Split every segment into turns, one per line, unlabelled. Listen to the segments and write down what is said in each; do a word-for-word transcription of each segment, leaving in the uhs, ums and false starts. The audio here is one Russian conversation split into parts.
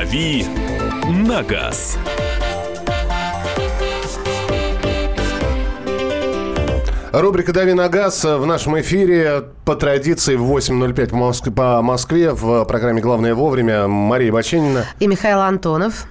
«Дави на газ».
Рубрика «Дави на газ» в нашем эфире по традиции в восемь ноль пять по Москве в программе «Главное вовремя» Мария Баченина.
И Михаил Антонов.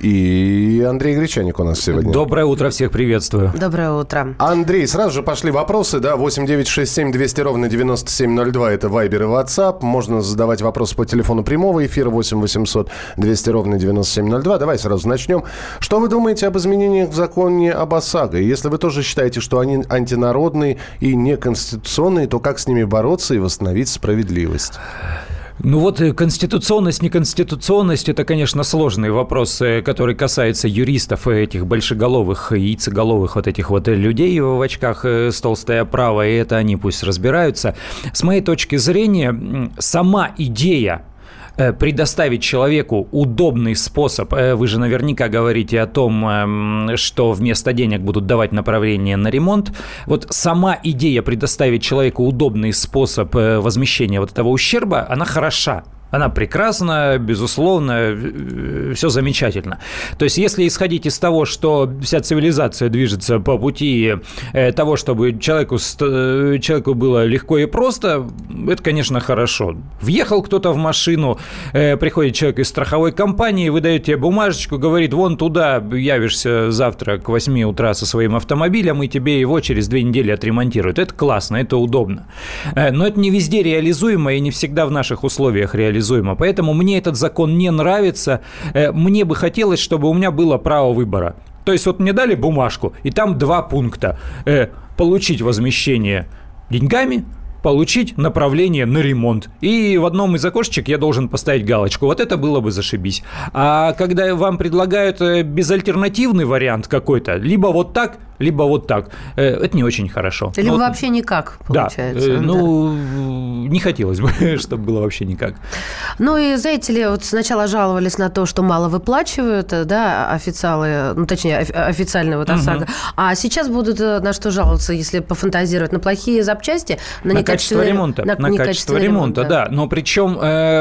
И Андрей Гречаник у нас сегодня.
Доброе утро, всех приветствую.
Доброе утро.
Андрей, сразу же пошли вопросы, да, восемь девятьсот шестьдесят семь двести ровно девяносто семь ноль два, это Вайбер и WhatsApp. Можно задавать вопросы по телефону прямого эфира восемь восемьсот двести ровно девяносто семь ноль два. Давай сразу начнем. Что вы думаете об изменениях в законе об ОСАГО? Если вы тоже считаете, что они антинародные и неконституционные, то как с ними бороться и восстановить справедливость?
Ну вот конституционность, неконституционность – это, конечно, сложный вопрос, который касается юристов, этих большеголовых, яйцеголовых вот этих вот людей в очках с толстой оправой, и это они пусть разбираются. С моей точки зрения, сама идея предоставить человеку удобный способ. Вы же наверняка говорите о том, что вместо денег будут давать направление на ремонт. Вот сама идея предоставить человеку удобный способ возмещения вот этого ущерба, она хороша. Она прекрасна, безусловно, все замечательно. То есть, если исходить из того, что вся цивилизация движется по пути того, чтобы человеку, человеку было легко и просто, это, конечно, хорошо. Въехал кто-то в машину, приходит человек из страховой компании, выдает тебе бумажечку, говорит, вон туда явишься завтра к восьми утра со своим автомобилем, и тебе его через две недели отремонтируют. Это классно, это удобно. Но это не везде реализуемо и не всегда в наших условиях реализуемо. Поэтому мне этот закон не нравится. Мне бы хотелось, чтобы у меня было право выбора. То есть вот мне дали бумажку, и там два пункта. Получить возмещение деньгами, получить направление на ремонт. И в одном из окошечек я должен поставить галочку. Вот это было бы зашибись. А когда вам предлагают безальтернативный вариант какой-то, либо вот так, либо вот так, это не очень хорошо.
Либо
вот,
вообще никак, получается.
Да, ну, да. Не хотелось бы, чтобы было вообще никак.
Ну и, знаете ли, вот сначала жаловались на то, что мало выплачивают, да, официалы, ну, точнее, официальные вот ОСАГО. Угу. А сейчас будут на что жаловаться, если пофантазировать? На плохие запчасти, на,
на качество ремонта. На, на качество ремонта, да. Но причем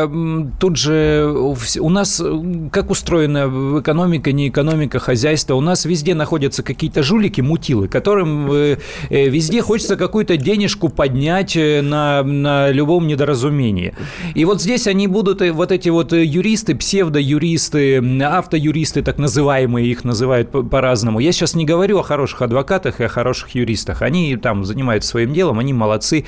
э, тут же у нас, как устроена экономика, не экономика, хозяйство, у нас везде находятся какие-то жулики, мутилы, которым э, везде хочется какую-то денежку поднять на, на любом недоразумении. И вот здесь они будут, вот эти вот юристы, псевдоюристы, автоюристы, так называемые, их называют по-разному. Я сейчас не говорю о хороших адвокатах и о хороших юристах. Они там занимаются своим делом, они молодцы,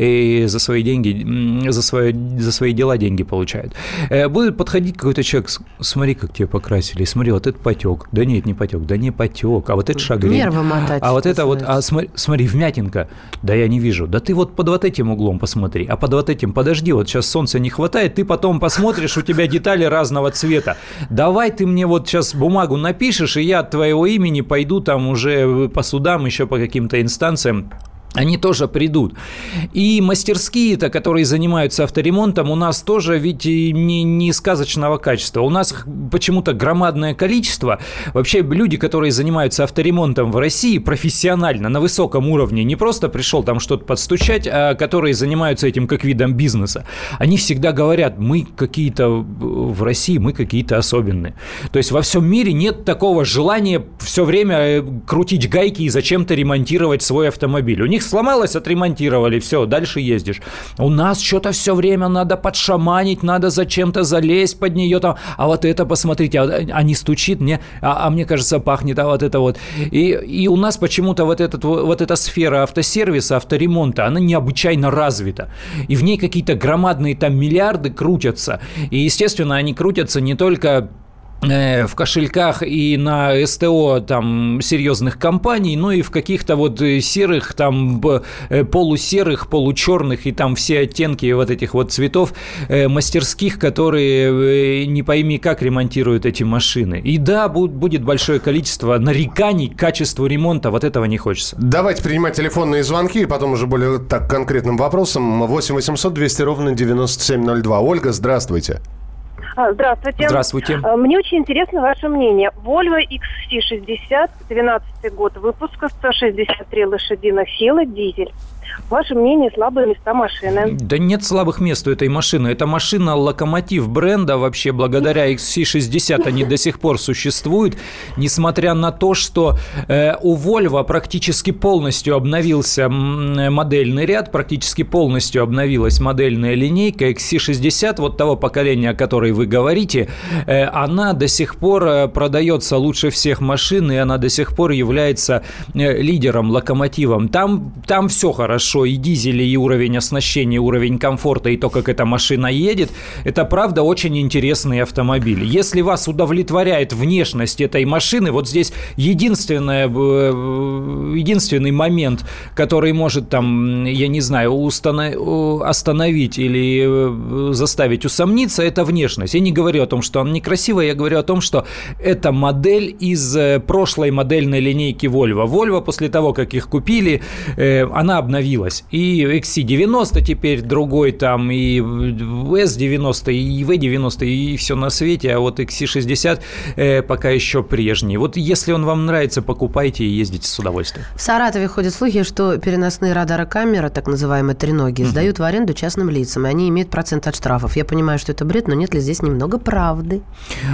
и за свои деньги, за свои, за свои дела деньги получают. Будет подходить какой-то человек, смотри, как тебя покрасили, смотри, вот это потек. Да нет, не потек, да не потек, а вот это шагрень.
Нервы мотать.
А вот это вот, а смотри, смотри, вмятинка. Да я не вижу. Да ты вот под вот этим углом посмотри, а под вот этим подожди, вот сейчас солнца не хватает, ты потом посмотришь, у тебя детали разного цвета. Давай ты мне вот сейчас бумагу напишешь, и я от твоего имени пойду там уже по судам, еще по каким-то инстанциям. Они тоже придут. И мастерские-то, которые занимаются авторемонтом, у нас тоже ведь не, не сказочного качества. У нас почему-то громадное количество. Вообще люди, которые занимаются авторемонтом в России профессионально, на высоком уровне, не просто пришел там что-то подстучать, а которые занимаются этим как видом бизнеса, они всегда говорят, мы какие-то в России, мы какие-то особенные. То есть во всем мире нет такого желания все время крутить гайки и зачем-то ремонтировать свой автомобиль. У них сломалось, отремонтировали, все, дальше ездишь. У нас что-то все время надо подшаманить, надо зачем-то залезть под нее там, а вот это посмотрите, а, а не стучит мне, а, а мне кажется пахнет, а вот это вот. И, и у нас почему-то вот, этот, вот эта сфера автосервиса, авторемонта, она необычайно развита. И в ней какие-то громадные там миллиарды крутятся. И, естественно, они крутятся не только в кошельках и на СТО там серьезных компаний, ну и в каких-то вот серых, там полусерых, получерных и там все оттенки вот этих вот цветов мастерских, которые не пойми как ремонтируют эти машины. И да, будет большое количество нареканий к качеству ремонта, вот этого не хочется.
Давайте принимать телефонные звонки, и потом уже более так конкретным вопросом. восемь восемьсот двести ровно девяносто семь ноль два. Ольга, здравствуйте.
Здравствуйте.
Здравствуйте.
Мне очень интересно ваше мнение. Volvo икс си шестьдесят, двенадцатый год выпуска, сто шестьдесят три лошадиных силы, дизель. Ваше мнение, слабые места машины?
Да нет слабых мест у этой машины. Это машина-локомотив бренда. Вообще, благодаря икс си шестьдесят они до сих пор существуют. Несмотря на то, что э, у Volvo практически полностью обновился модельный ряд, практически полностью обновилась модельная линейка. икс си шестьдесят, вот того поколения, о которой вы говорите, э, она до сих пор продается лучше всех машин, и она до сих пор является э, лидером, локомотивом. Там, там все хорошо, и дизели, и уровень оснащения, и уровень комфорта, и то, как эта машина едет. Это, правда, очень интересный автомобиль. Если вас удовлетворяет внешность этой машины, вот здесь единственное, единственный момент, который может там, я не знаю, установ... остановить или заставить усомниться, это внешность. Я не говорю о том, что она некрасивая, я говорю о том, что это модель из прошлой модельной линейки Volvo. Volvo после того, как их купили, она обновилась. И икс си девяносто теперь другой там, и эс девяносто, и ви девяносто, и все на свете, а вот икс си шестьдесят э, пока еще прежний. Вот если он вам нравится, покупайте и ездите с удовольствием.
В Саратове ходят слухи, что переносные радары-камеры, так называемые треноги, сдают в аренду частным лицам, и они имеют процент от штрафов. Я понимаю, что это бред, но нет ли здесь немного правды?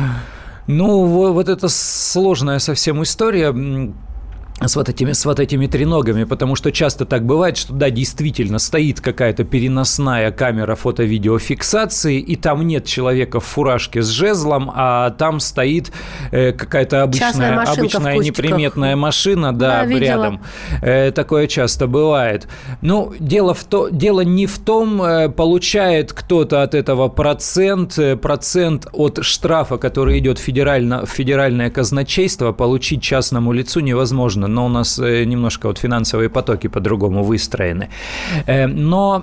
Ну, вот это сложная совсем история с вот этими, с вот этими треногами, потому что часто так бывает, что да, действительно стоит какая-то переносная камера фото-видеофиксации, и там нет человека в фуражке с жезлом, а там стоит э, какая-то обычная, обычная неприметная машина, да, да рядом. Э, такое часто бывает. Ну, дело, в то, дело не в том, э, получает кто-то от этого процент, э, процент от штрафа, который идет в, федерально, в федеральное казначейство, получить частному лицу невозможно. Но у нас немножко вот финансовые потоки по-другому выстроены. Но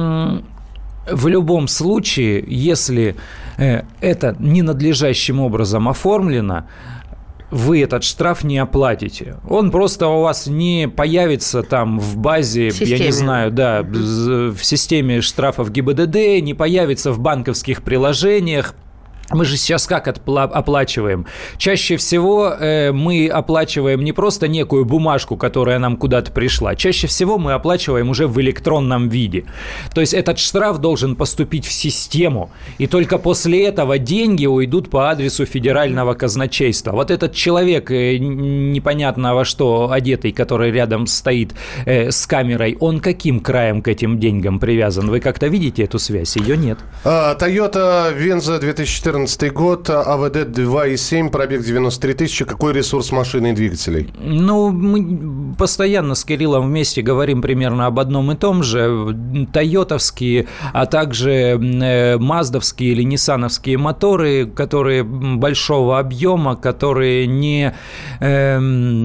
в любом случае, если это ненадлежащим образом оформлено, вы этот штраф не оплатите. Он просто у вас не появится там в базе, в я не знаю, да, в системе штрафов ГИБДД, не появится в банковских приложениях. Мы же сейчас как отпла- оплачиваем? Чаще всего э, мы оплачиваем не просто некую бумажку, которая нам куда-то пришла. Чаще всего мы оплачиваем уже в электронном виде. То есть этот штраф должен поступить в систему, и только после этого деньги уйдут по адресу федерального казначейства. Вот этот человек, э, непонятно во что одетый, который рядом стоит э, с камерой, он каким краем к этим деньгам привязан? Вы как-то видите эту связь? Ее нет.
Toyota Venza две тысячи четырнадцатый год, АВД два и семь, пробег девяносто три тысячи. Какой ресурс машины и двигателей?
Ну, мы постоянно с Кириллом вместе говорим примерно об одном и том же. Тойотовские, а также маздовские или ниссановские моторы, которые большого объема, которые не, э,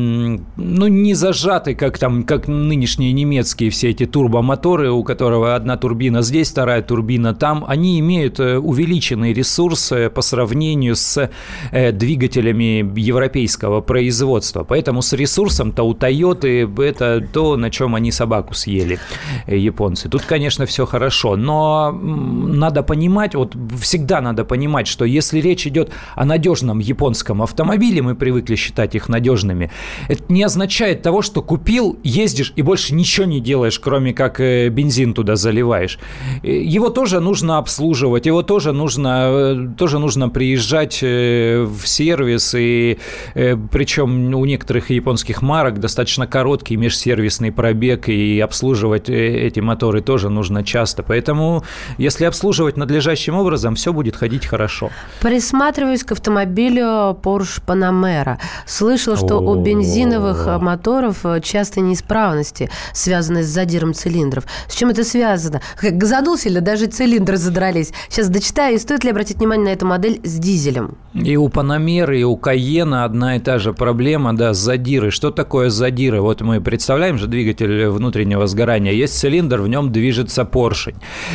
ну, не зажаты, как, там, как нынешние немецкие все эти турбомоторы, у которого одна турбина здесь, вторая турбина там. Они имеют увеличенный ресурс по сравнению с э, двигателями европейского производства. Поэтому с ресурсом-то у Toyota это то, на чем они собаку съели, э, японцы. Тут, конечно, все хорошо, но надо понимать, вот всегда надо понимать, что если речь идет о надежном японском автомобиле, мы привыкли считать их надежными, это не означает того, что купил, ездишь и больше ничего не делаешь, кроме как э, бензин туда заливаешь. Его тоже нужно обслуживать, его тоже нужно... тоже нужно приезжать в сервис, и причем у некоторых японских марок достаточно короткий межсервисный пробег, и обслуживать эти моторы тоже нужно часто. Поэтому, если обслуживать надлежащим образом, все будет ходить хорошо.
Присматриваюсь к автомобилю Porsche Panamera. Слышал, что у бензиновых моторов частые неисправности, связанные с задиром цилиндров. С чем это связано? Как задулся или даже цилиндры задрались? Сейчас дочитаю, и стоит ли обратить внимание на эту модель с дизелем?
И у Панамеры, и у Кайена одна и та же проблема, да, задиры. Что такое задиры? Вот мы представляем же двигатель внутреннего сгорания. Есть цилиндр, в нем движется поршень.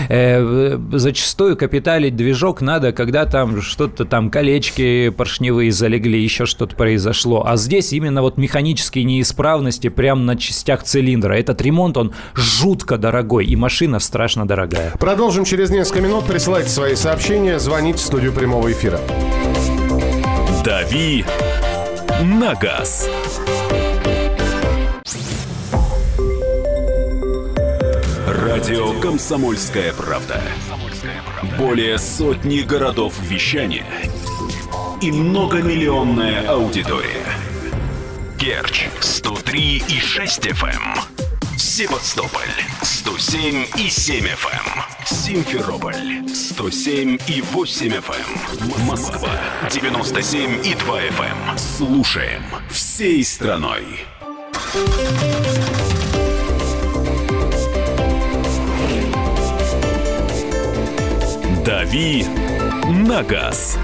Э, зачастую капиталить движок надо, когда там что-то там, колечки поршневые залегли, еще что-то произошло. А здесь именно вот механические неисправности прямо на частях цилиндра. Этот ремонт, он жутко дорогой, и машина страшно дорогая.
Продолжим через несколько минут. Присылайте свои сообщения, звоните в студию прямого эфира.
«Дави на газ». Радио «Комсомольская правда». Более сотни городов вещания и многомиллионная аудитория. Керчь сто три и шесть эф эм, Севастополь сто семь и семь эф эм, Симферополь сто семь и восемь эф эм, Москва девяносто семь и два эф эм. Слушаем всей страной. «Дави на газ».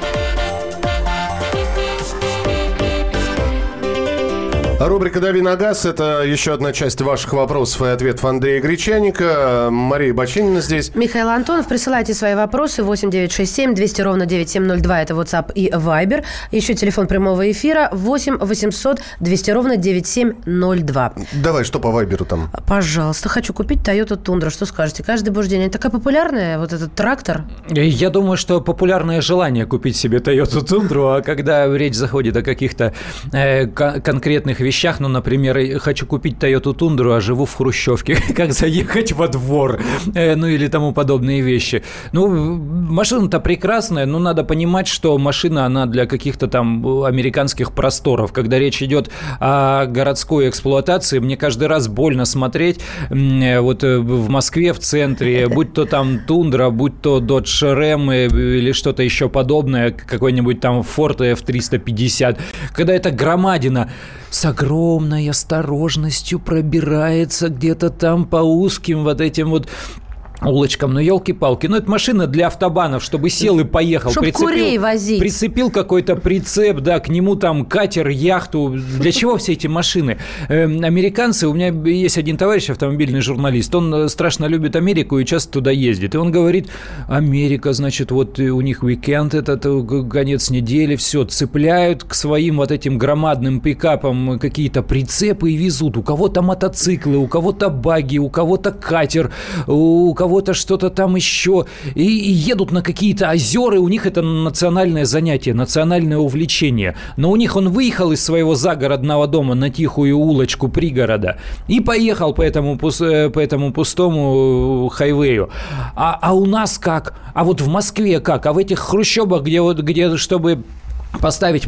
Рубрика «Дави на газ» — это еще одна часть ваших вопросов и ответов Андрея Гречаника. Мария Бачинина здесь.
Михаил Антонов. Присылайте свои вопросы. восемь девятьсот шестьдесят семь двести ровно девять семь ноль два. Это WhatsApp и Viber. Еще телефон прямого эфира восемь восемьсот двести ровно девять семь ноль два.
Давай, что по Вайберу там?
Пожалуйста, хочу купить Toyota Tundra. Что скажете? Каждый божий день. Она такая популярная, вот этот трактор.
Я думаю, что популярное желание купить себе Toyota Tundra, а когда речь заходит о каких-то э, кон- конкретных вещах, вещах, ну, например, хочу купить Toyota Tundra, а живу в хрущевке, как заехать во двор, э, ну, или тому подобные вещи. Ну, машина-то прекрасная, но надо понимать, что машина, она для каких-то там американских просторов. Когда речь идет о городской эксплуатации, мне каждый раз больно смотреть э, вот в Москве, в центре, будь то там Тундра, будь то Dodge Ram или что-то еще подобное, какой-нибудь там Ford эф триста пятьдесят, когда это громадина с огромной осторожностью пробирается где-то там по узким вот этим вот улочкам, ну, елки-палки. Ну, это машина для автобанов, чтобы сел и поехал.
Чтобы
прицепил,
курей возить.
Прицепил какой-то прицеп, да, к нему там катер, яхту. Для чего все эти машины? Э, американцы, у меня есть один товарищ, автомобильный журналист, он страшно любит Америку и часто туда ездит. И он говорит, Америка, значит, вот у них уикенд, этот конец недели, все, цепляют к своим вот этим громадным пикапам какие-то прицепы и везут. У кого-то мотоциклы, у кого-то багги, у кого-то катер, у кого кого-то что-то там еще, и, и едут на какие-то озера, у них это национальное занятие, национальное увлечение. Но у них он выехал из своего загородного дома на тихую улочку пригорода и поехал по этому, по этому пустому хайвею. А, а у нас как? А вот в Москве как? А в этих хрущебах, где, вот, где чтобы... поставить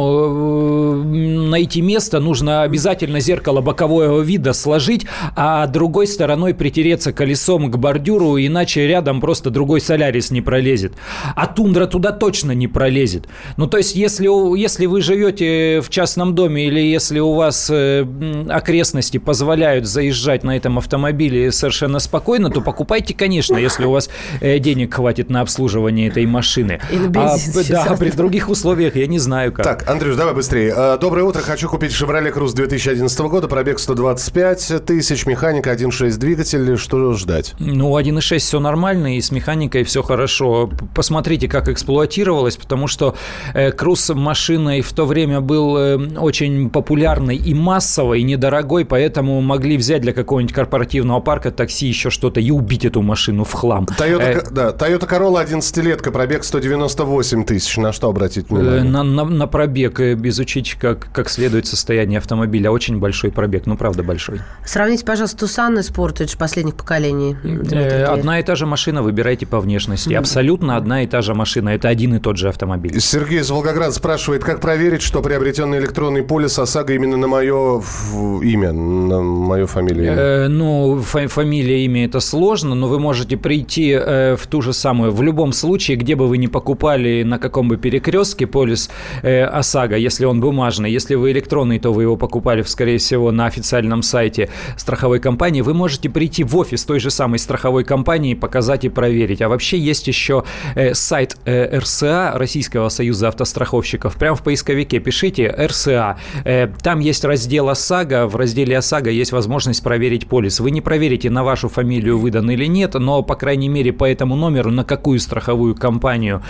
машину, найти место, нужно обязательно зеркало бокового вида сложить, а другой стороной притереться колесом к бордюру, иначе рядом просто другой Солярис не пролезет. А Тундра туда точно не пролезет. Ну, то есть, если, если вы живете в частном доме или если у вас окрестности позволяют заезжать на этом автомобиле совершенно спокойно, то покупайте, конечно, если у вас денег хватит на обслуживание этой машины.
Или бензин.
А, да, при других условиях я не знаю как.
Так, Андрюш, давай быстрее. Доброе утро. Хочу купить Chevrolet Cruze две тысячи одиннадцатого года, пробег сто двадцать пять тысяч, механика один и шесть двигатель. Что ждать?
Ну, один и шесть все нормально, и с механикой все хорошо. Посмотрите, как эксплуатировалось, потому что э, Cruze машиной в то время был э, очень популярной и массовой, и недорогой, поэтому могли взять для какого-нибудь корпоративного парка такси еще что-то и убить эту машину в хлам.
Toyota,
э,
да, Toyota Corolla одиннадцатилетка, пробег сто девяносто восемь тысяч. На что обратить внимание?
На, на, на пробег изучить как, как следует состояние автомобиля. Очень большой пробег, ну, правда, большой.
Сравните, пожалуйста, Tucson и Sportage последних поколений.
Э, одна и та же машина, выбирайте по внешности. Mm-hmm. Абсолютно одна и та же машина. Это один и тот же автомобиль.
Сергей из Волгограда спрашивает, как проверить, что приобретенный электронный полис ОСАГО именно на мое имя, на мою фамилию?
Э, ну, фа- фамилия, имя — это сложно, но вы можете прийти э, в ту же самую. В любом случае, где бы вы ни покупали, на каком бы перекрестке полис э, ОСАГО, если он бумажный, если вы электронный, то вы его покупали, скорее всего, на официальном сайте страховой компании, вы можете прийти в офис той же самой страховой компании, показать и проверить. А вообще есть еще э, сайт э, эр эс а, Российского союза автостраховщиков. Прямо в поисковике пишите эр эс а. Э, там есть раздел ОСАГО. В разделе ОСАГО есть возможность проверить полис. Вы не проверите, на вашу фамилию выдан или нет, но, по крайней мере, по этому номеру, на какую страховую компанию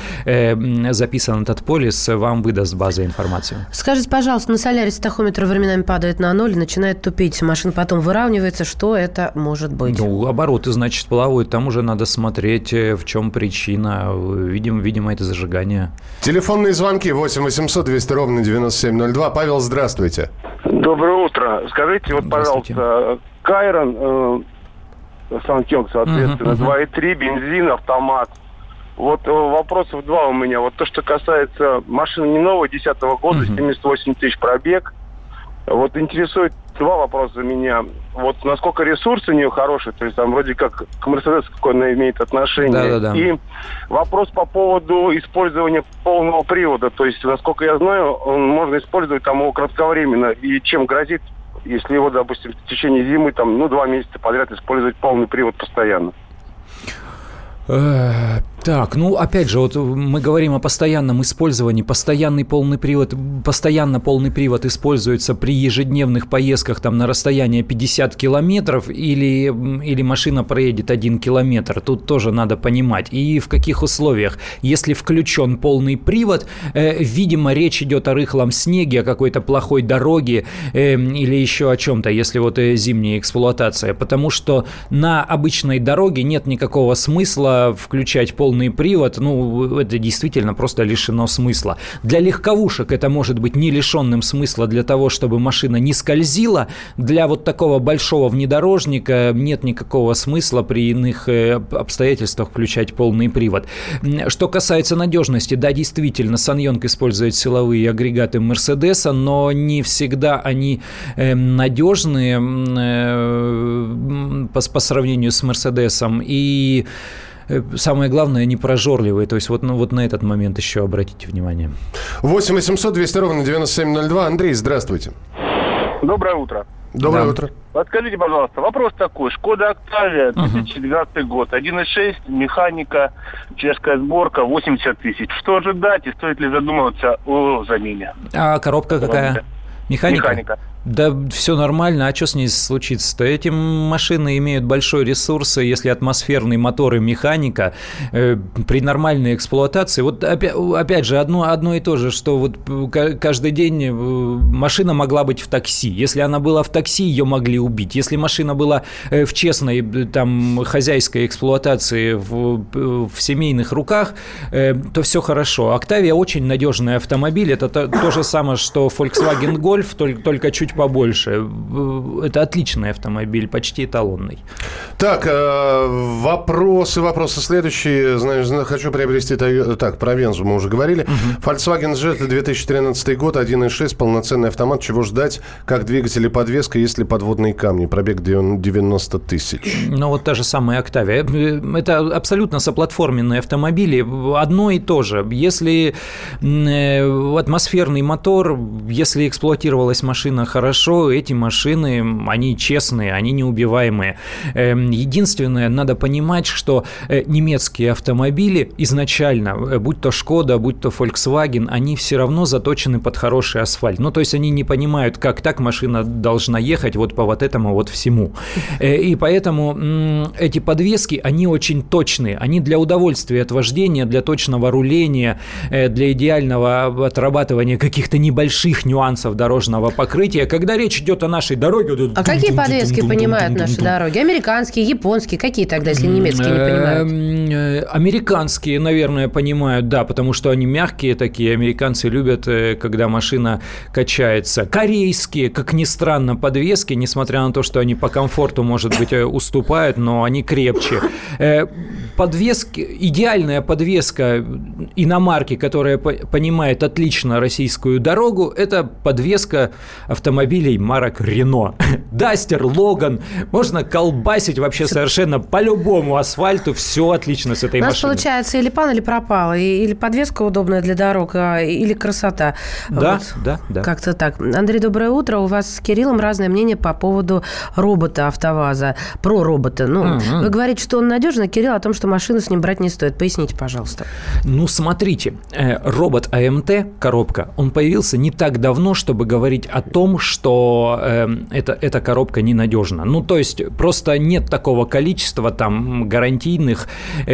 э, записан этот полис, вам выдаст база информацию.
Скажите, пожалуйста, на Солярисе тахометр временами падает на ноль, начинает тупить, машина потом выравнивается. Что это может быть?
Ну, обороты, значит, плавают. Там уже надо смотреть, в чем причина. Видимо, видимо, это зажигание.
Телефонные звонки восемь восемьсот двести ровно девяносто семь ноль два. Павел, здравствуйте.
Доброе утро. Скажите, вот, пожалуйста, Кайрон, э, Сан-Кёнг, соответственно,
uh-huh, uh-huh.
два и три, бензин, автомат. Вот э, вопросов два у меня. Вот то, что касается машины не новой, десятого года, uh-huh. семьдесят восемь тысяч пробег. Вот интересует два вопроса меня. Вот насколько ресурс у нее хороший, то есть там вроде как к Мерседесу какое она имеет отношение.
Да-да-да.
И вопрос по поводу использования полного привода. То есть, насколько я знаю, он можно использовать там его кратковременно. И чем грозит, если его, допустим, в течение зимы, там, ну, два месяца подряд использовать полный привод постоянно.
Так, ну, опять же, вот мы говорим о постоянном использовании. Постоянный полный привод, постоянно полный привод используется при ежедневных поездках там на расстояние пятьдесят километров или, или машина проедет один километр. Тут тоже надо понимать. И в каких условиях. Если включен полный привод, э, видимо, речь идет о рыхлом снеге, о какой-то плохой дороге э, или еще о чем-то, если вот э, зимняя эксплуатация. Потому что на обычной дороге нет никакого смысла включать полный привод, ну, это действительно просто лишено смысла. Для легковушек это может быть не лишенным смысла для того, чтобы машина не скользила. Для вот такого большого внедорожника нет никакого смысла при иных обстоятельствах включать полный привод. Что касается надежности, да, действительно, Сан-Йонг использует силовые агрегаты Мерседеса, но не всегда они надежные по, по сравнению с Мерседесом. И самое главное, не прожорливые. То есть вот, ну, вот на этот момент еще обратите внимание.
восемь восемьсот двести ровно девяносто семь ноль два. Андрей, здравствуйте.
Доброе утро.
Доброе
да.
утро.
Подскажите, пожалуйста, вопрос такой. Шкода Октавия, две тысячи двенадцатый год, один и шесть, механика, чешская сборка, восемьдесят тысяч. Что ожидать и стоит ли задумываться о замене?
А коробка какая? Механика?
Механика.
Да все нормально, а что с ней случится-то? Эти машины имеют большой ресурс, если атмосферный мотор и механика э, при нормальной эксплуатации. Вот опять, опять же, одно, одно и то же, что вот каждый день машина могла быть в такси. Если она была в такси, ее могли убить. Если машина была в честной там, хозяйской эксплуатации в, в семейных руках, э, то все хорошо. Октавия очень надежный автомобиль. Это то, то же самое, что Volkswagen Golf, только, только чуть побольше. Это отличный автомобиль, почти эталонный.
Так, э, вопросы, вопросы следующие. Знаешь, хочу приобрести... Так, про Вензу мы уже говорили. Uh-huh. Volkswagen Jetta две тысячи тринадцатый год, один и шесть, полноценный автомат. Чего ждать? Как двигатель и подвеска, есть ли подводные камни? Пробег девяносто тысяч.
Ну, вот та же самая Октавия. Это абсолютно соплатформенные автомобили. Одно и то же. Если атмосферный мотор, если эксплуатировалась машина хорошо, Хорошо, эти машины, они честные, они неубиваемые. Единственное, надо понимать, что немецкие автомобили изначально, будь то Шкода, будь то Volkswagen, они все равно заточены под хороший асфальт. Ну, то есть они не понимают, как так машина должна ехать вот по вот этому вот всему. И поэтому эти подвески, они очень точные. Они для удовольствия от вождения, для точного руления, для идеального отрабатывания каких-то небольших нюансов дорожного покрытия. Когда речь идет о нашей дороге...
А какие подвески понимают наши дороги? Американские, японские? Какие тогда, если немецкие не понимают?
Американские, наверное, понимают, да, потому что они мягкие такие. Американцы любят, когда машина качается. Корейские, как ни странно, подвески, несмотря на то, что они по комфорту, может быть, уступают, но они крепче. Подвески, идеальная подвеска иномарки, которая понимает отлично российскую дорогу, это подвеска автомобиля марок Рено. Дастер, Логан. Можно колбасить вообще совершенно по любому асфальту. Все отлично с этой машиной. У нас
машиной. Получается или пан, или пропал. Или подвеска удобная для дорог, или красота.
Да,
вот.
да, да.
Как-то так. Андрей, доброе утро. У вас с Кириллом разное мнение по поводу робота АвтоВАЗа. Про робота. Ну, угу. Вы говорите, что он надежный. Кирилл, о том, что машину с ним брать не стоит. Поясните, пожалуйста.
Ну, смотрите. Робот АМТ, коробка, он появился не так давно, чтобы говорить о том, что э, это, эта коробка ненадежна. Ну, то есть, просто нет такого количества там гарантийных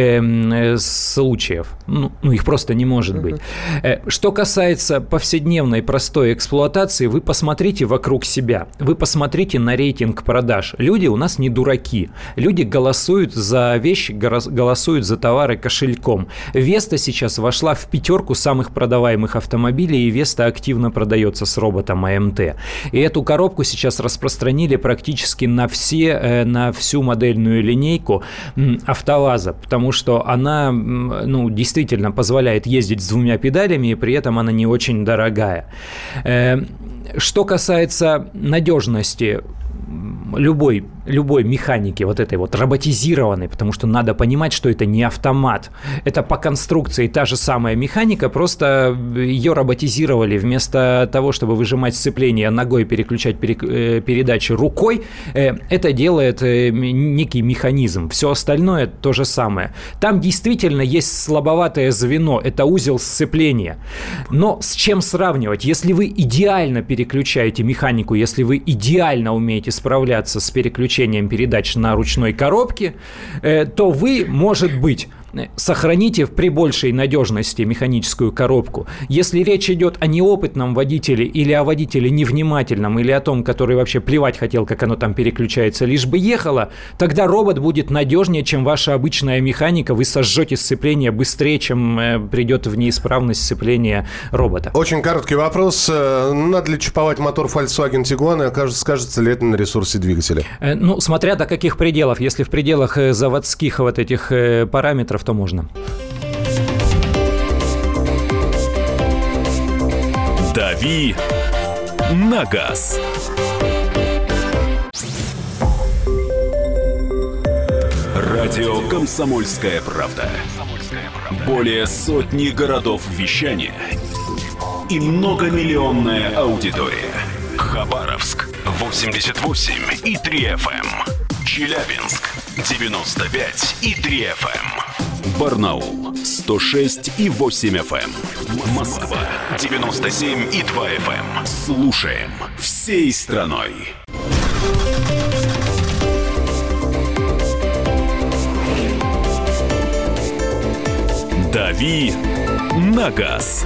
э, случаев. Ну, ну, их просто не может быть. Э, что касается повседневной простой эксплуатации, вы посмотрите вокруг себя. Вы посмотрите на рейтинг продаж. Люди у нас не дураки. Люди голосуют за вещи, голосуют голосуют за товары кошельком. Веста сейчас вошла в пятерку самых продаваемых автомобилей, и Веста активно продается с роботом эй эм тэ. И эту коробку сейчас распространили практически на все, на всю модельную линейку АвтоВАЗа, потому что она, ну, действительно позволяет ездить с двумя педалями, и при этом она не очень дорогая. Что касается надежности любой, любой механики, вот этой вот роботизированной, потому что надо понимать, что это не автомат. Это по конструкции та же самая механика, просто ее роботизировали. Вместо того, чтобы выжимать сцепление ногой, переключать передачи рукой, это делает некий механизм. Все остальное то же самое. Там действительно есть слабоватое звено, это узел сцепления. Но с чем сравнивать? Если вы идеально переключаете механику, если вы идеально умеете справляться с переключением передач на ручной коробке, то вы, может быть, сохраните при большей надежности механическую коробку. Если речь идет о неопытном водителе или о водителе невнимательном, или о том, который вообще плевать хотел, как оно там переключается, лишь бы ехало, тогда робот будет надежнее, чем ваша обычная механика. Вы сожжете сцепление быстрее, чем придет в неисправность сцепления робота.
Очень короткий вопрос. Надо ли чиповать мотор Volkswagen Tiguan, и скажется ли это на ресурсе двигателя?
Ну, смотря до каких пределов. Если в пределах заводских вот этих параметров, то можно.
Дави на газ. Радио «Комсомольская правда». Более сотни городов вещания и многомиллионная аудитория. Хабаровск восемьдесят восемь и три эф эм. Челябинск девяносто пять и три эф эм. Барнаул сто шесть и восемь эф эм. Москва девяносто семь и два эф эм. Слушаем всей страной. Дави на газ.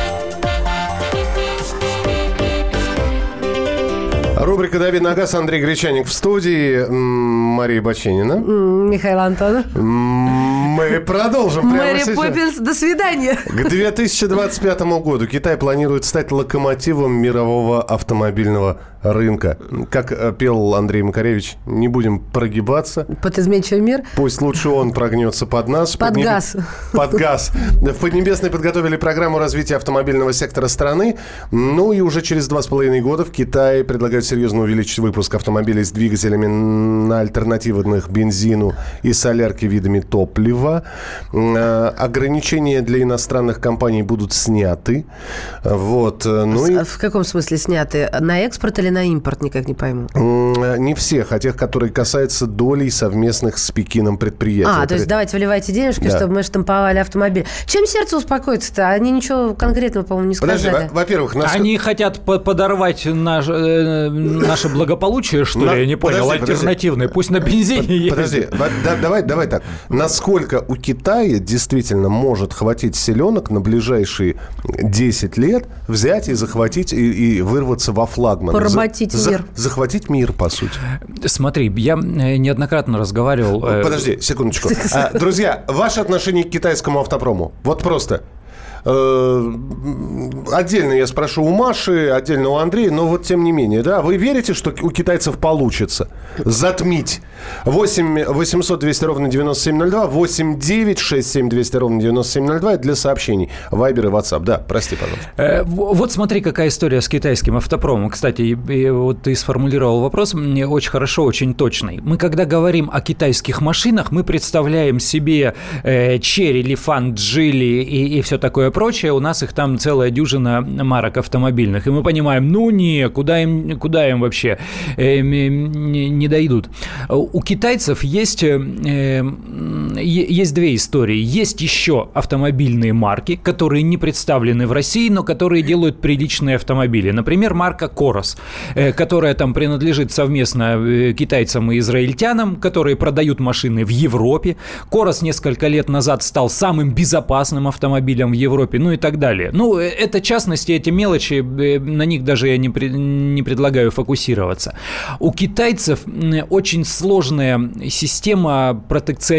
Рубрика «Дави на газ». Андрей Гречаник в студии. Мария Баченина.
Михаил Антонов.
Мы продолжим прямо
Мэри
сейчас.
Поппинс, до свидания.
К две тысячи двадцать пятому году Китай планирует стать локомотивом мирового автомобильного рынка. Как пел Андрей Макаревич, не будем прогибаться.
Под изменчивый мир.
Пусть лучше он прогнется под нас.
Под
Поднеб...
газ.
Под газ. В Поднебесной подготовили программу развития автомобильного сектора страны. Ну и уже через два с половиной года в Китае предлагают серьезно увеличить выпуск автомобилей с двигателями на альтернативных бензину и солярке видами топлива. Ограничения для иностранных компаний будут сняты. Вот. Ну и...
В каком смысле сняты? На экспорт или на импорт? Никак не пойму.
Не всех, а тех, которые касаются долей совместных с Пекином предприятий.
А, то есть давайте вливайте денежки,
да. чтобы
мы штамповали автомобиль. Чем сердце успокоится-то? Они ничего конкретного, по-моему, не сказали.
Подожди, во-первых... Нас...
Они хотят подорвать наш, э, наше благополучие, что на... ли? Я не понял. Подожди, альтернативное. Пусть на бензине ездит.
Подожди, да, давай, давай так. Насколько у Китая действительно может хватить селенок на ближайшие десять лет взять и захватить и, и вырваться во флагман?
Поработить
за,
мир.
За, захватить мир, по сути.
Смотри, я неоднократно разговаривал...
Подожди, секундочку. Друзья, ваше отношение к китайскому автопрому? Вот просто... Отдельно я спрошу у Маши, отдельно у Андрея, но вот тем не менее, да, вы верите, что у китайцев получится затмить? восемь восемьсот двести ровно девяносто семь ноль два, восемь девять шесть семь двести ровно девяносто семь ноль два для сообщений. Вайбер и WhatsApp. Да, прости, пожалуйста.
Э, вот смотри, какая история с китайским автопромом. Кстати, вот ты сформулировал вопрос мне очень хорошо, очень точный. Мы, когда говорим о китайских машинах, мы представляем себе э, Chery, Lifan, Geely и, и все такое прочее. У нас их там целая дюжина марок автомобильных. И мы понимаем, ну не, куда им, куда им вообще э, не, не дойдут. У китайцев есть, э, есть две истории. Есть еще автомобильные марки, которые не представлены в России, но которые делают приличные автомобили. Например, марка Корос, э, которая там принадлежит совместно э, китайцам и израильтянам, которые продают машины в Европе. Корос несколько лет назад стал самым безопасным автомобилем в Европе, ну и так далее. Ну, это частности, эти мелочи, э, на них даже я не, при, не предлагаю фокусироваться. У китайцев очень сложная система протекционистской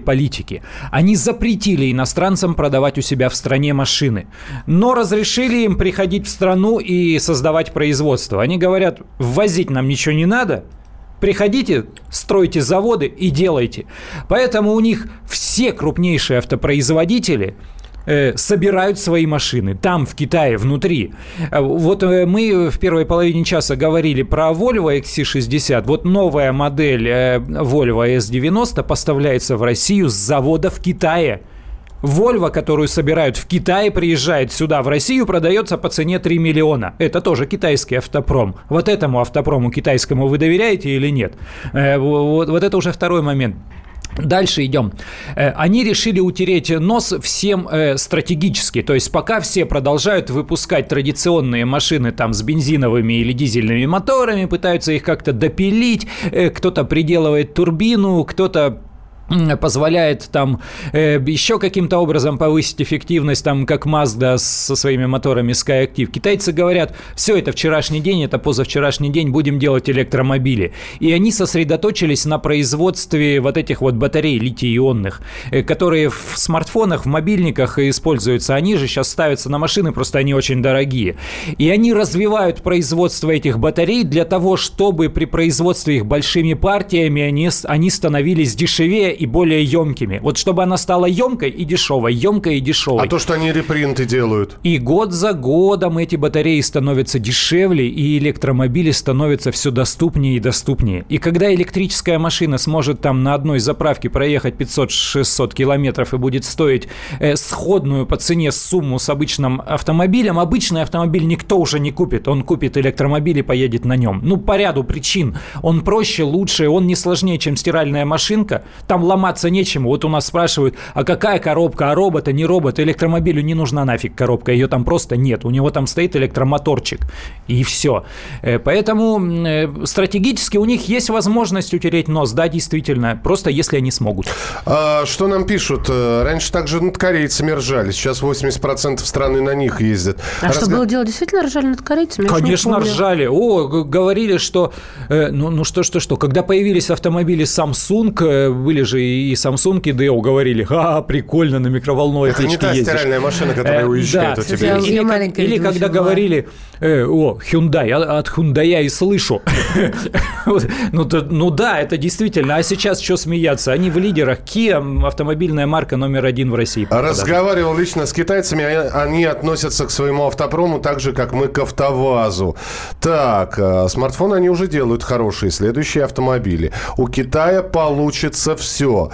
политики. Они запретили иностранцам продавать у себя в стране машины, но разрешили им приходить в страну и создавать производство. Они говорят, ввозить нам ничего не надо, приходите, стройте заводы и делайте. Поэтому у них все крупнейшие автопроизводители э, собирают свои машины там, в Китае, внутри. Вот э, мы в первой половине часа говорили про Volvo икс си шестьдесят. Вот новая модель э, Volvo эс девяносто поставляется в Россию с завода в Китае. Volvo, которую собирают в Китае, приезжает сюда, в Россию, продается по цене три миллиона. Это тоже китайский автопром. Вот этому автопрому китайскому вы доверяете или нет? Э, вот, вот это уже второй момент. Дальше идем. Они решили утереть нос всем э, стратегически. То есть пока все продолжают выпускать традиционные машины там с бензиновыми или дизельными моторами, пытаются их как-то допилить, э, кто-то приделывает турбину, кто-то позволяет там э, еще каким-то образом повысить эффективность, там, как Mazda со своими моторами Skyactiv. Китайцы говорят, все, это вчерашний день, это позавчерашний день, будем делать электромобили. И они сосредоточились на производстве вот этих вот батарей литий-ионных, э, которые в смартфонах, в мобильниках используются. Они же сейчас ставятся на машины, просто они очень дорогие. И они развивают производство этих батарей для того, чтобы при производстве их большими партиями они, они становились дешевее и более емкими. Вот чтобы она стала емкой и дешевой, емкой и дешевой.
А то, что они репринты делают.
И год за годом эти батареи становятся дешевле, и электромобили становятся все доступнее и доступнее. И когда электрическая машина сможет там на одной заправке проехать пятьсот-шестьсот километров и будет стоить э, сходную по цене сумму с обычным автомобилем, обычный автомобиль никто уже не купит. Он купит электромобиль и поедет на нем. Ну, по ряду причин. Он проще, лучше, он не сложнее, чем стиральная машинка. Там ломаться нечему. Вот у нас спрашивают, а какая коробка, а робот, а не робот? Электромобилю не нужна нафиг коробка, ее там просто нет. У него там стоит электромоторчик, и все. Поэтому стратегически у них есть возможность утереть нос, да, действительно, просто если они смогут.
А, что нам пишут? Раньше также над корейцами ржали, сейчас восемьдесят процентов страны на них ездят.
А Разг... что было делать? Действительно ржали над корейцами?
Конечно, ржали. О, говорили, что э, ну, ну что, что, что, когда появились автомобили Samsung, э, были же и Samsung, и Deo говорили, а, прикольно, на микроволновой печке ездишь. Это не та стиральная
машина, которая э, уезжает
да.
у тебя.
Или, или, или когда говорили, э, о, Hyundai, от Hyundai я и слышу. Ну да, это действительно. А сейчас что смеяться? Они в лидерах. Kia, автомобильная марка номер один в России.
Разговаривал лично с китайцами, они относятся к своему автопрому так же, как мы к АвтоВАЗу. Так, смартфоны они уже делают хорошие. Следующие автомобили. У Китая получится все.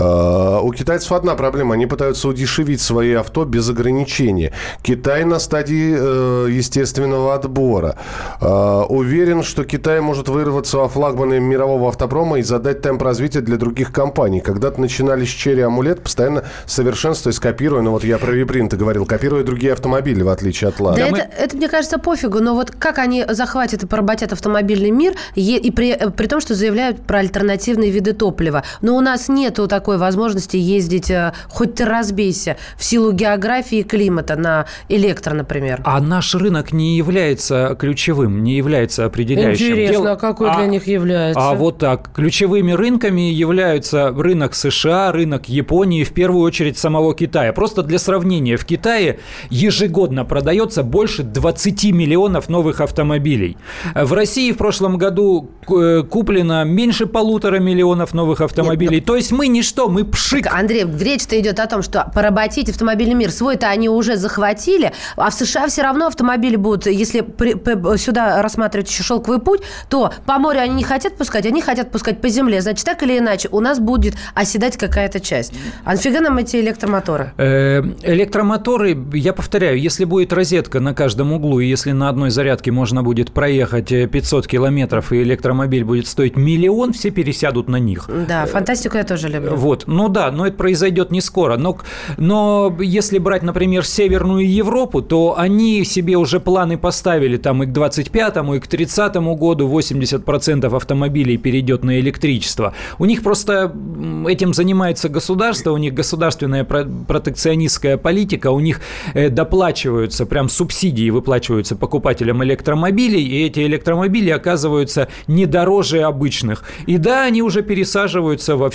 У китайцев одна проблема. Они пытаются удешевить свои авто без ограничения. Китай на стадии естественного отбора. Уверен, что Китай может вырваться во флагманы мирового автопрома и задать темп развития для других компаний. Когда-то начинали с Cherry Amulet, постоянно совершенствуясь, копируя, ну вот я про репринты говорил, копируя другие автомобили, в отличие от Лады.
Да,
да мы...
это, это, мне кажется, пофигу, но вот как они захватят и поработят автомобильный мир, и, и при, при том, что заявляют про альтернативные виды топлива. Но у нас нету такой возможности ездить, хоть ты разбейся, в силу географии и климата на электро, например.
А наш рынок не является ключевым, не является определяющим.
Интересно,
Дел...
а какой
а,
для них является?
А вот так. Ключевыми рынками являются рынок США, рынок Японии, в первую очередь самого Китая. Просто для сравнения, в Китае ежегодно продается больше двадцать миллионов новых автомобилей. В России в прошлом году куплено меньше полутора миллионов новых автомобилей. Нет, но... То есть мы ничто, мы пшик.
Так, Андрей, речь-то идет о том, что поработить автомобильный мир. Свой-то они уже захватили, а в США все равно автомобили будут, если при, при, сюда рассматривать еще шелковый путь, то по морю они не хотят пускать, они хотят пускать по земле. Значит, так или иначе, у нас будет оседать какая-то часть. А нафига нам эти электромоторы?
Электромоторы, я повторяю, если будет розетка на каждом углу, и если на одной зарядке можно будет проехать пятьсот километров, и электромобиль будет стоить миллион, все пересядут на них.
Да, фантастику я тоже люблю.
Вот, ну да, но это произойдет не скоро. Но, но если брать, например, Северную Европу, то они себе уже планы поставили там и к двадцать пятому, и к тридцатому году восемьдесят процентов автомобилей перейдет на электричество. У них просто этим занимается государство, у них государственная протекционистская политика, у них доплачиваются, прям субсидии выплачиваются покупателям электромобилей, и эти электромобили оказываются не дороже обычных. И да, они уже пересаживаются во все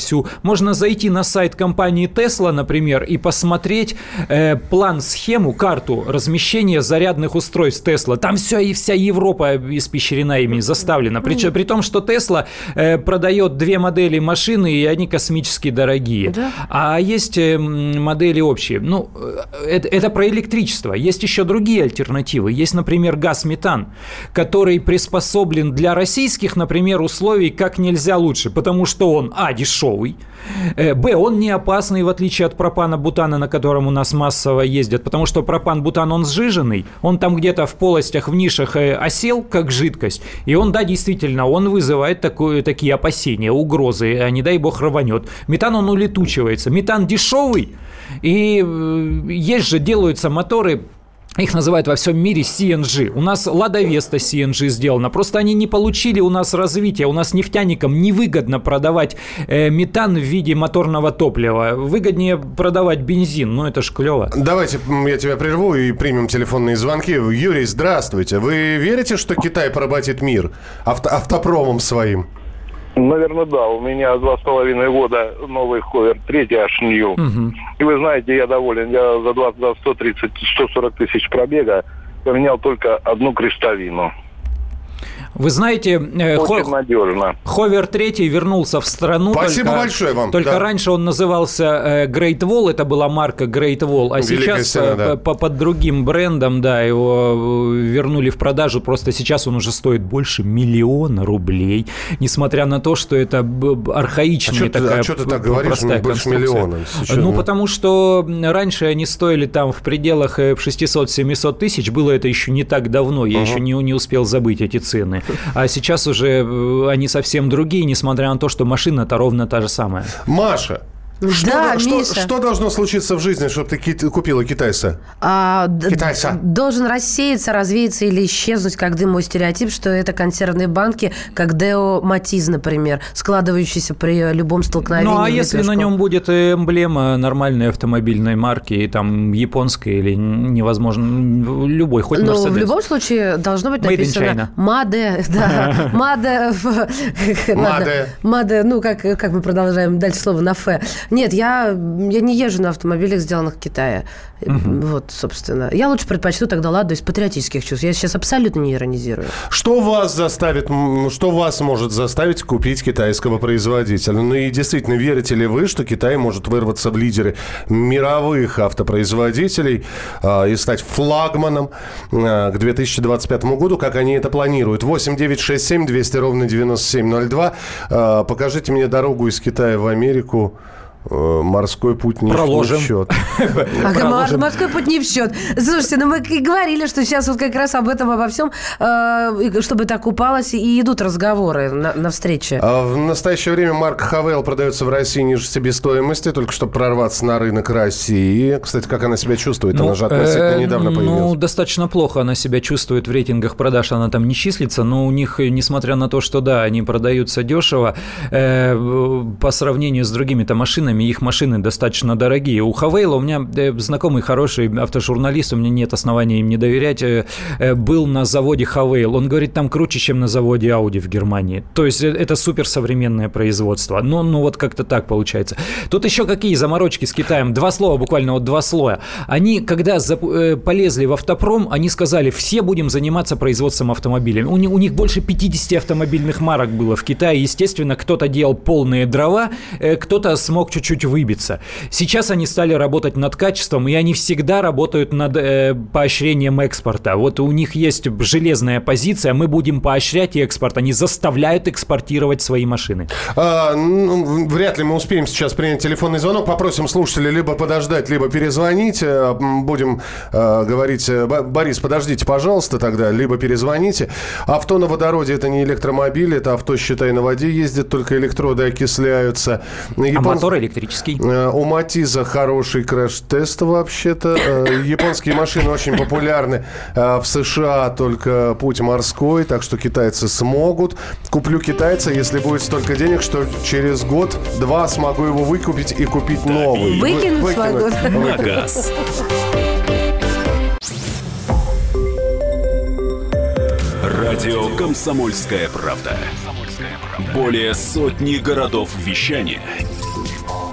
вовсю. Можно зайти на сайт компании Tesla, например, и посмотреть э, план, схему, карту размещения зарядных устройств Tesla. Там все и вся Европа испещрена ими, заставлена. Причем, при том, что Tesla э, продает две модели машины, и они космически дорогие. Да. А есть э, модели общие. Ну, это, это про электричество. Есть еще другие альтернативы. Есть, например, газ-метан, который приспособлен для российских, например, условий как нельзя лучше, потому что он, а, дешевый, б, он не опасный, в отличие от пропана-бутана, на котором у нас массово ездят, потому что пропан-бутан, он сжиженный, он там где-то в полостях, в нишах осел, как жидкость, и он, да, действительно, он вызывает такое, такие опасения, угрозы, а не дай бог рванет. Метан, он улетучивается. Метан дешевый, и есть же, делаются моторы, их называют во всем мире си эн джи. У нас Лада Веста си эн джи сделана. Просто они не получили у нас развития. У нас нефтяникам невыгодно продавать э, метан в виде моторного топлива. Выгоднее продавать бензин. Ну, это ж клево.
Давайте я тебя прерву и примем телефонные звонки. Юрий, здравствуйте. Вы верите, что Китай поработит мир авто- автопромом своим?
Наверное, да. У меня два с половиной года новый Ховер, третий аж нью. Угу. И вы знаете, я доволен. Я за двадцать, за сто тридцать, сто сорок тысяч пробега поменял только одну крестовину.
Вы знаете,
очень Хо... надежно.
Ховер три вернулся в страну.
Спасибо
только,
большое вам.
Только
да.
раньше он назывался э, Great Wall, это была марка Great Wall, а Великая сейчас стена, да. по, под другим брендом, да, его вернули в продажу. Просто сейчас он уже стоит больше миллиона рублей, несмотря на то, что это архаичная
а
такая.
А что ты так говоришь, больше миллиона?
Сейчас, ну, потому что раньше они стоили там в пределах шестьсот-семьсот тысяч, было это еще не так давно, я uh-huh. еще не, не успел забыть эти цены. А сейчас уже они совсем другие, несмотря на то, что машина-то ровно та же самая.
Маша, Что,
да,
что,
Миша.
что должно случиться в жизни, чтобы ты ки- купила китайца?
А,
Китайца.
д- должен рассеяться, развеяться или исчезнуть, как дым, мой стереотип, что это консервные банки, как Део Матиз, например, складывающиеся при любом столкновении.
Ну, а если на нем будет эмблема нормальной автомобильной марки, и там японской или невозможно, любой, хоть Мерседес.
Ну, в любом случае должно быть написано Маде, да, Маде, Маде, ну, как, как мы продолжаем дальше слово на Ф. Нет, я, я не езжу на автомобилях, сделанных в Китае. Uh-huh. Вот, собственно. Я лучше предпочту тогда «Ладу» из патриотических чувств. Я сейчас абсолютно не иронизирую.
Что вас заставит, что вас может заставить купить китайского производителя? Ну и действительно, верите ли вы, что Китай может вырваться в лидеры мировых автопроизводителей э, и стать флагманом э, к две тысячи двадцать пятому году, как они это планируют? восемь девятьсот шестьдесят семь двести ровно девяносто семь ноль два. Э, покажите мне дорогу из Китая в Америку. Морской путь не,
Проложим.
не в счет.
Ага, морской путь не в счет. Слушайте, ну мы и говорили, что сейчас вот как раз об этом, обо всем, э, чтобы так упалось, и идут разговоры на, на встрече.
А в настоящее время марка Хавейл продается в России ниже себестоимости, только чтобы прорваться на рынок России. Кстати, как она себя чувствует?
Ну,
она же относительно недавно появилась.
Ну, достаточно плохо она себя чувствует в рейтингах продаж, она там не числится, но у них, несмотря на то, что, да, они продаются дешево, э, по сравнению с другими-то машинами, их машины достаточно дорогие. У Хавейла у меня знакомый хороший автожурналист, у меня нет оснований им не доверять, был на заводе Хавейл. Он говорит, там круче, чем на заводе Audi в Германии. То есть это суперсовременное производство. Ну, ну вот как-то так получается. Тут еще какие заморочки с Китаем. Два слова, буквально вот два слоя. Они, когда зап- полезли в автопром, они сказали, все будем заниматься производством автомобилей. У них, у них больше пятьдесят автомобильных марок было в Китае. Естественно, кто-то делал полные дрова, кто-то смог чуть чуть выбиться. Сейчас они стали работать над качеством, и они всегда работают над э, поощрением экспорта. Вот у них есть железная позиция, мы будем поощрять экспорт, они заставляют экспортировать свои машины.
А, ну, вряд ли мы успеем сейчас принять телефонный звонок. Попросим слушателей либо подождать, либо перезвонить. Будем э, говорить, Борис, подождите, пожалуйста, тогда, либо перезвоните. Авто на водороде – это не электромобиль, это авто, считай, на воде ездит, только электроды окисляются. Япон...
А мотор электрический.
У Матиза хороший краш-тест вообще-то. Японские машины очень популярны в США, только путь морской, так что китайцы смогут. Куплю китайца, если будет столько денег, что через год-два смогу его выкупить и купить новый.
Выкинуть,
Вы, выкинуть.
смогу.
На газ. Радио «Комсомольская правда». Более сотни городов вещания –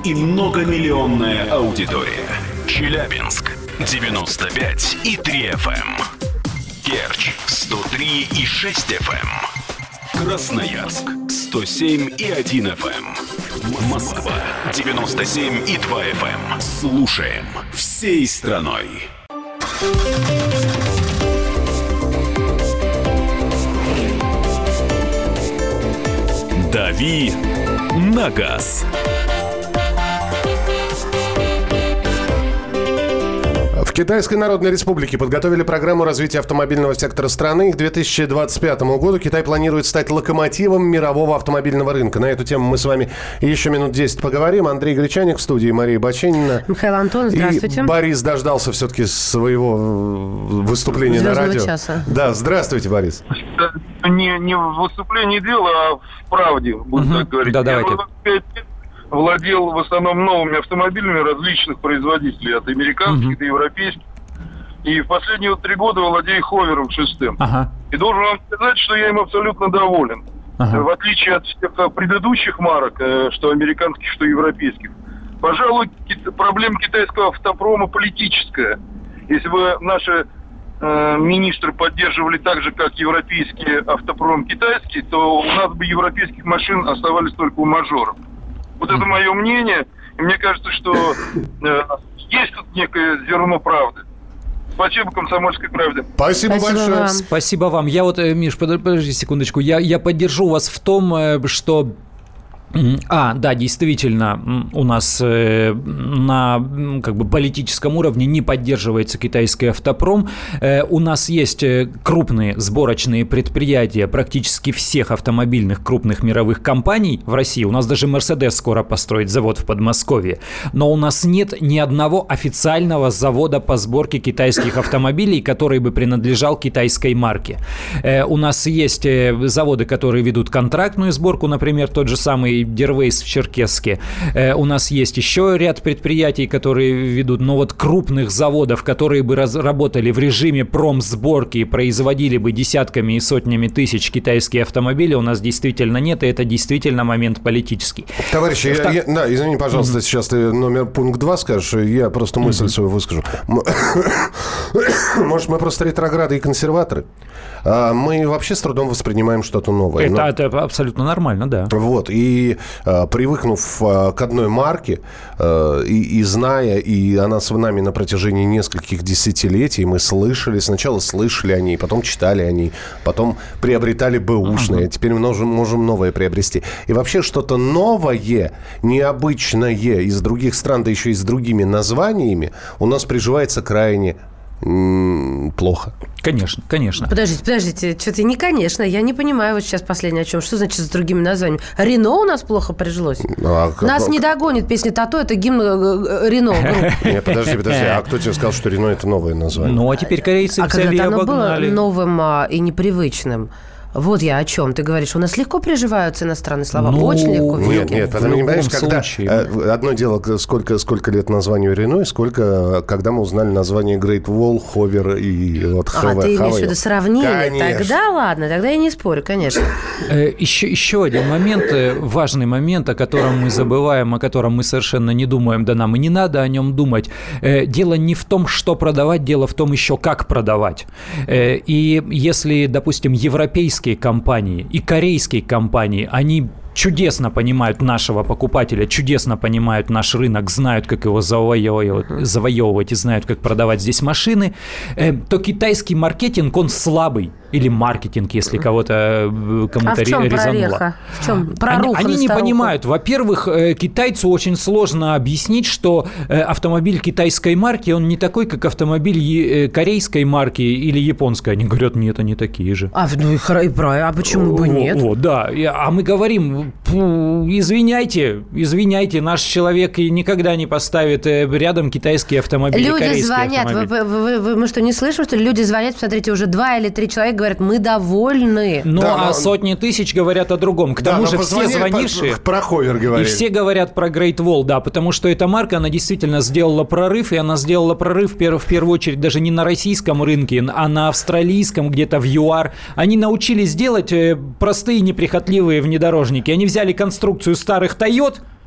и многомиллионная аудитория. Челябинск девяносто пять и три эф эм. Керчь сто три и шесть эф эм. Красноярск сто семь и один эф эм. Москва девяносто семь и два эф эм. Слушаем всей страной. «Дави на газ».
В Китайской Народной Республике подготовили программу развития автомобильного сектора страны. К две тысячи двадцать пятому году Китай планирует стать локомотивом мирового автомобильного рынка. На эту тему мы с вами еще минут десять поговорим. Андрей Гречаник в студии, Мария Баченина.
Михаил Антон, здравствуйте.
И Борис дождался все-таки своего выступления
Звездного
на радио.
часа.
Да, здравствуйте, Борис.
Не, не в выступлении дела, а в правде, буду
Угу.
так говорить.
Да,
Я
давайте.
пять лет владел в основном новыми автомобилями различных производителей, от американских
Мгм.
до европейских. И в последние вот три года владею Ховером шестым.
Ага.
И должен вам сказать, что я им абсолютно доволен.
Ага.
В отличие от всех предыдущих марок, э, что американских, что европейских. Пожалуй, ки- проблема китайского автопрома политическая. Если бы наши э, министры поддерживали так же, как европейский автопром китайский, то у нас бы европейских машин оставались только у мажоров. Вот это мое мнение. И мне кажется, что э, есть тут некое зерно правды. Спасибо «Комсомольской правде».
Спасибо,
Спасибо
большое.
вам.
Спасибо вам. Я вот, э, Миш, подо- подожди секундочку. Я, я поддержу вас в том, э, что... м, А, да, действительно, м, у нас э, на м, как бы политическом уровне не поддерживается китайский автопром. Э, у нас есть э, крупные сборочные предприятия практически всех автомобильных крупных мировых компаний в России. У нас даже Mercedes скоро построит завод в Подмосковье. Но у нас нет ни одного официального завода по сборке китайских автомобилей, который бы принадлежал китайской марке. Э, у нас есть э, заводы, которые ведут контрактную сборку, например, тот же самый Дервейс в Черкесске. Э, у нас есть еще ряд предприятий, которые ведут, но вот крупных заводов, которые бы раз- работали в режиме промсборки и производили бы десятками и сотнями тысяч китайские автомобили, у нас действительно нет, и это действительно момент политический.
Товарищи, я, я- да, извини, пожалуйста, сейчас ты номер пункт два скажешь, я просто мысль свою выскажу. М- Может, мы просто ретрограды и консерваторы? А мы вообще с трудом воспринимаем что-то новое.
Это,
Но-
это абсолютно нормально, да.
Вот, и э, привыкнув э, к одной марке, э, и, и зная, и она с нами на протяжении нескольких десятилетий, мы слышали, сначала слышали о ней, потом читали о ней, потом приобретали бэушные, uh-huh. теперь мы можем, можем новое приобрести. И вообще что-то новое, необычное из других стран, да еще и с другими названиями, у нас приживается крайне м- плохо.
Конечно, конечно.
Подождите, подождите, что-то не конечно. Я не понимаю вот сейчас последнее о чем. Что значит с другими названиями? Рено у нас плохо прижилось?
А, как-
Нас не догонит песня «Тато», это гимн э, Рено. группы.
Нет, подожди, подожди, а кто тебе сказал, что Рено это новое название?
Ну, а теперь корейцы
А
взяли и
когда-то оно было
обогнали.
новым а, и непривычным. Вот я о чем. Ты говоришь, у нас легко приживаются иностранные слова.
Ну,
Очень легко.
Нет, нет,
в
потому,
любом
понимаешь, когда
случае.
э, одно дело, сколько, сколько лет названию Рено, и сколько, когда мы узнали название Great Wall, Hover и вот
А,
Хаве-
ты имеешь в
Хавейл.
виду сравнение?
Конечно.
Тогда ладно, тогда я не спорю, конечно.
Э, Еще, еще один момент, э, важный момент, о котором мы забываем, о котором мы совершенно не думаем, да нам и не надо о нем думать. Э, Дело не в том, что продавать, дело в том еще, как продавать. Э, И если, допустим, европейские компании и корейские компании, они чудесно понимают нашего покупателя, чудесно понимают наш рынок, знают, как его завоевывать, завоевывать и знают, как продавать здесь машины, э, то китайский маркетинг, он слабый. Или маркетинг, если кого-то, э, кому-то
А в чем
резануло.
прореха? В чем
Они,
проруха
они
на
не
старуху?
понимают. Во-первых, э, китайцу очень сложно объяснить, что э, автомобиль китайской марки, он не такой, как автомобиль е- э, корейской марки или японской. Они говорят, нет, они такие же.
А, ну и хра- и правильно, а почему бы
О,
нет?
о, да, И- а мы говорим, «Пу, извиняйте, извиняйте, наш человек и никогда не поставит э, рядом китайский автомобиль и
Люди
корейский
звонят, вы,
автомобиль.
вы- вы- вы- мы что, не слышим, что ли? Люди звонят, посмотрите, уже два или три человека говорят, мы довольны.
Ну,
Да,
а
но-
сотни тысяч говорят о другом. К
Да,
тому
но
же все
позвонили,
звонившие...
про- Про Ховер
И
говорили.
все говорят про Great Wall, да, потому что эта марка, она действительно сделала прорыв, и она сделала прорыв в пер- в первую очередь даже не на российском рынке, а на австралийском, где-то в ЮАР. Они научились делать э, простые неприхотливые внедорожники. Они взяли конструкцию старых Toyota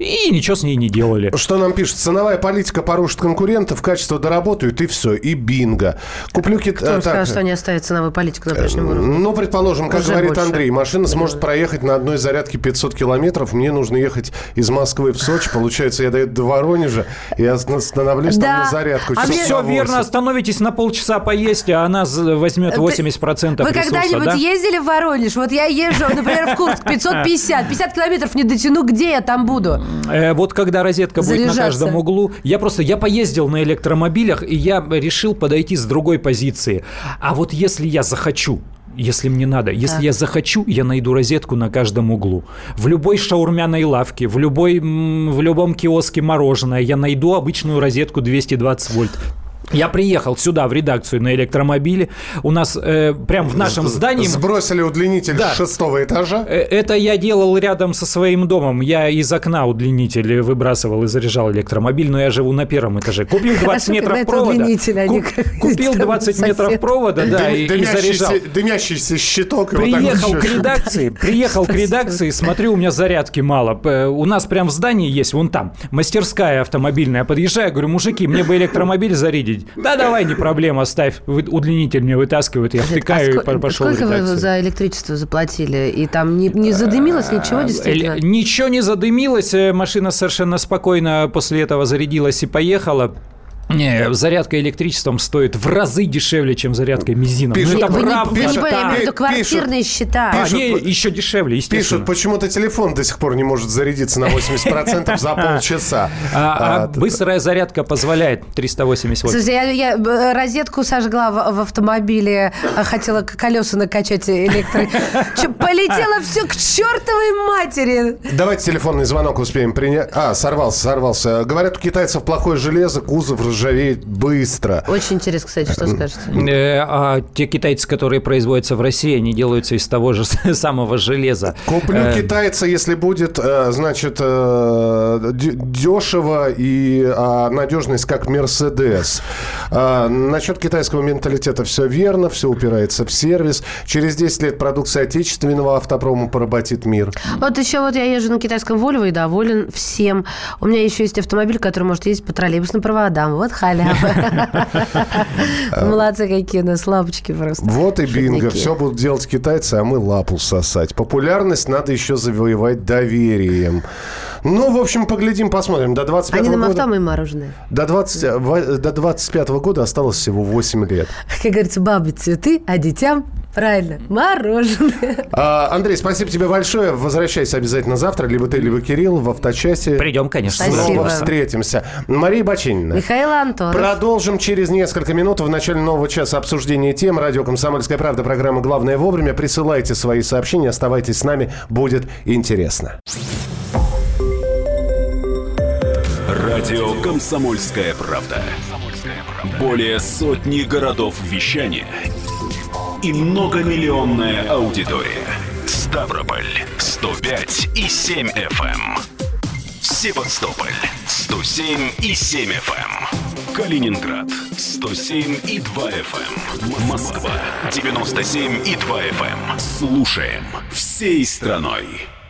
И ничего с ней не делали.
Что нам пишет? Ценовая политика порушит конкурентов, качество доработают, и все, и бинго. Куплю кит...
Кто а, скажет, что они оставят ценовую политику на прежнем уровне?
Ну, предположим, как
Уже
говорит
больше.
Андрей, машина сможет проехать на одной зарядке пятьсот километров. Мне нужно ехать из Москвы в Сочи. Получается, я доеду до Воронежа и остановлюсь
Да.
там на зарядку.
А
часов
мне-
на
Все
восемь.
верно, остановитесь на полчаса поесть, а она з- возьмет восемьдесят процентов
Вы
ресурса,
когда-нибудь
да?
ездили в Воронеж? Вот я езжу, например, в Курск пятьсот пятьдесят. пятьдесят километров не дотяну, где я там буду?
Э, вот когда розетка будет на
Заряжаться.
каждом углу, я просто, я поездил на электромобилях, и я решил подойти с другой позиции. А вот если я захочу, если мне надо, если
Так.
я захочу, я найду розетку на каждом углу. В любой шаурмяной лавке, в, любой, м, в любом киоске мороженое я найду обычную розетку двести двадцать вольт. Я приехал сюда, в редакцию, на электромобиле. У нас э, прям в нашем здании...
Сбросили удлинитель
Да.
с шестого этажа.
Э, Это я делал рядом со своим домом. Я из окна удлинитель выбрасывал и заряжал электромобиль, но я живу на первом этаже. Купил двадцать
Хорошо,
метров
когда это
провода.
удлинитель, а не
Куп-
как
Купил
там
двадцать
сосед.
метров провода, да,
Дым-
и, и
дымящийся,
заряжал.
дымящийся щиток. и вот так
Приехал
вот
к
щелк.
редакции, приехал к редакции, смотрю, у меня зарядки мало. П- У нас прям в здании есть, вон там, мастерская автомобильная. Подъезжаю, говорю, мужики, мне бы электромобиль зарядить. Да давай, не проблема, ставь. Вы- Удлинитель мне вытаскивают, я втыкаю
А
и по- пошел в
сколько вы
редакцию.
за электричество заплатили? И там не, не задымилось ничего, действительно?
Э, Ничего не задымилось, э, машина совершенно спокойно после этого зарядилась и поехала. Не, зарядка электричеством стоит в разы дешевле, чем зарядка бензином.
Пишут-
Ну, это
Вы не,
правда.
вы не
пишут,
поняли, я имею в виду
пишут,
квартирные счета.
А,
пишут,
не,
по-
еще дешевле, естественно.
Пишут, почему-то телефон до сих пор не может зарядиться на восемьдесят процентов за полчаса.
А, а
А,
быстрая зарядка позволяет триста восемьдесят вольт.
Слушайте, я, я, э, розетку сожгла в, в автомобиле, а хотела к- колеса накачать электро... Чё, полетело все к чертовой матери.
Давайте телефонный звонок успеем принять. А, сорвался, сорвался. Говорят, у китайцев плохое железо, кузов ржавеет быстро.
Очень интересно, кстати, что скажете?
Э, а те китайцы, которые производятся в России, они делаются из того же самого железа.
Куплю
Э,
китайца, если будет, э, значит, э, д- дешево и а, надежность, как Мерседес. А, насчет китайского менталитета все верно, все упирается в сервис. Через десять лет продукция отечественного автопрома поработит мир.
Вот еще вот я езжу на китайском Volvo и доволен всем. У меня еще есть автомобиль, который может ездить по троллейбусным проводам. Вот халява. Молодцы какие у нас, лапочки просто.
Вот и бинго.
Шутники.
Все будут делать китайцы, а мы лапу сосать. Популярность надо еще завоевать доверием. Ну, в общем, поглядим, посмотрим. До двадцать
Они
пятого
нам
года...
автомы и мороженое.
До, двадцать, во- до двадцать пятого года осталось всего восемь лет.
Как говорится, бабе цветы, а детям, правильно, мороженое.
А, Андрей, спасибо тебе большое. Возвращайся обязательно завтра. Либо ты, либо Кирилл в авточасти.
Придем, конечно.
Спасибо.
Снова встретимся. Мария Бачинина.
Михаил Антонов.
Продолжим через несколько минут. В начале нового часа обсуждения тем. Радио «Комсомольская правда». Программа «Главное вовремя». Присылайте свои сообщения. Оставайтесь с нами. Будет интересно.
Радио «Комсомольская правда». Более сотни городов вещания и многомиллионная аудитория. Ставрополь сто пять и семь эф эм. Севастополь сто семь и семь эф эм. Калининград сто семь и два эф эм. Москва девяносто семь и два эф эм. Слушаем всей страной.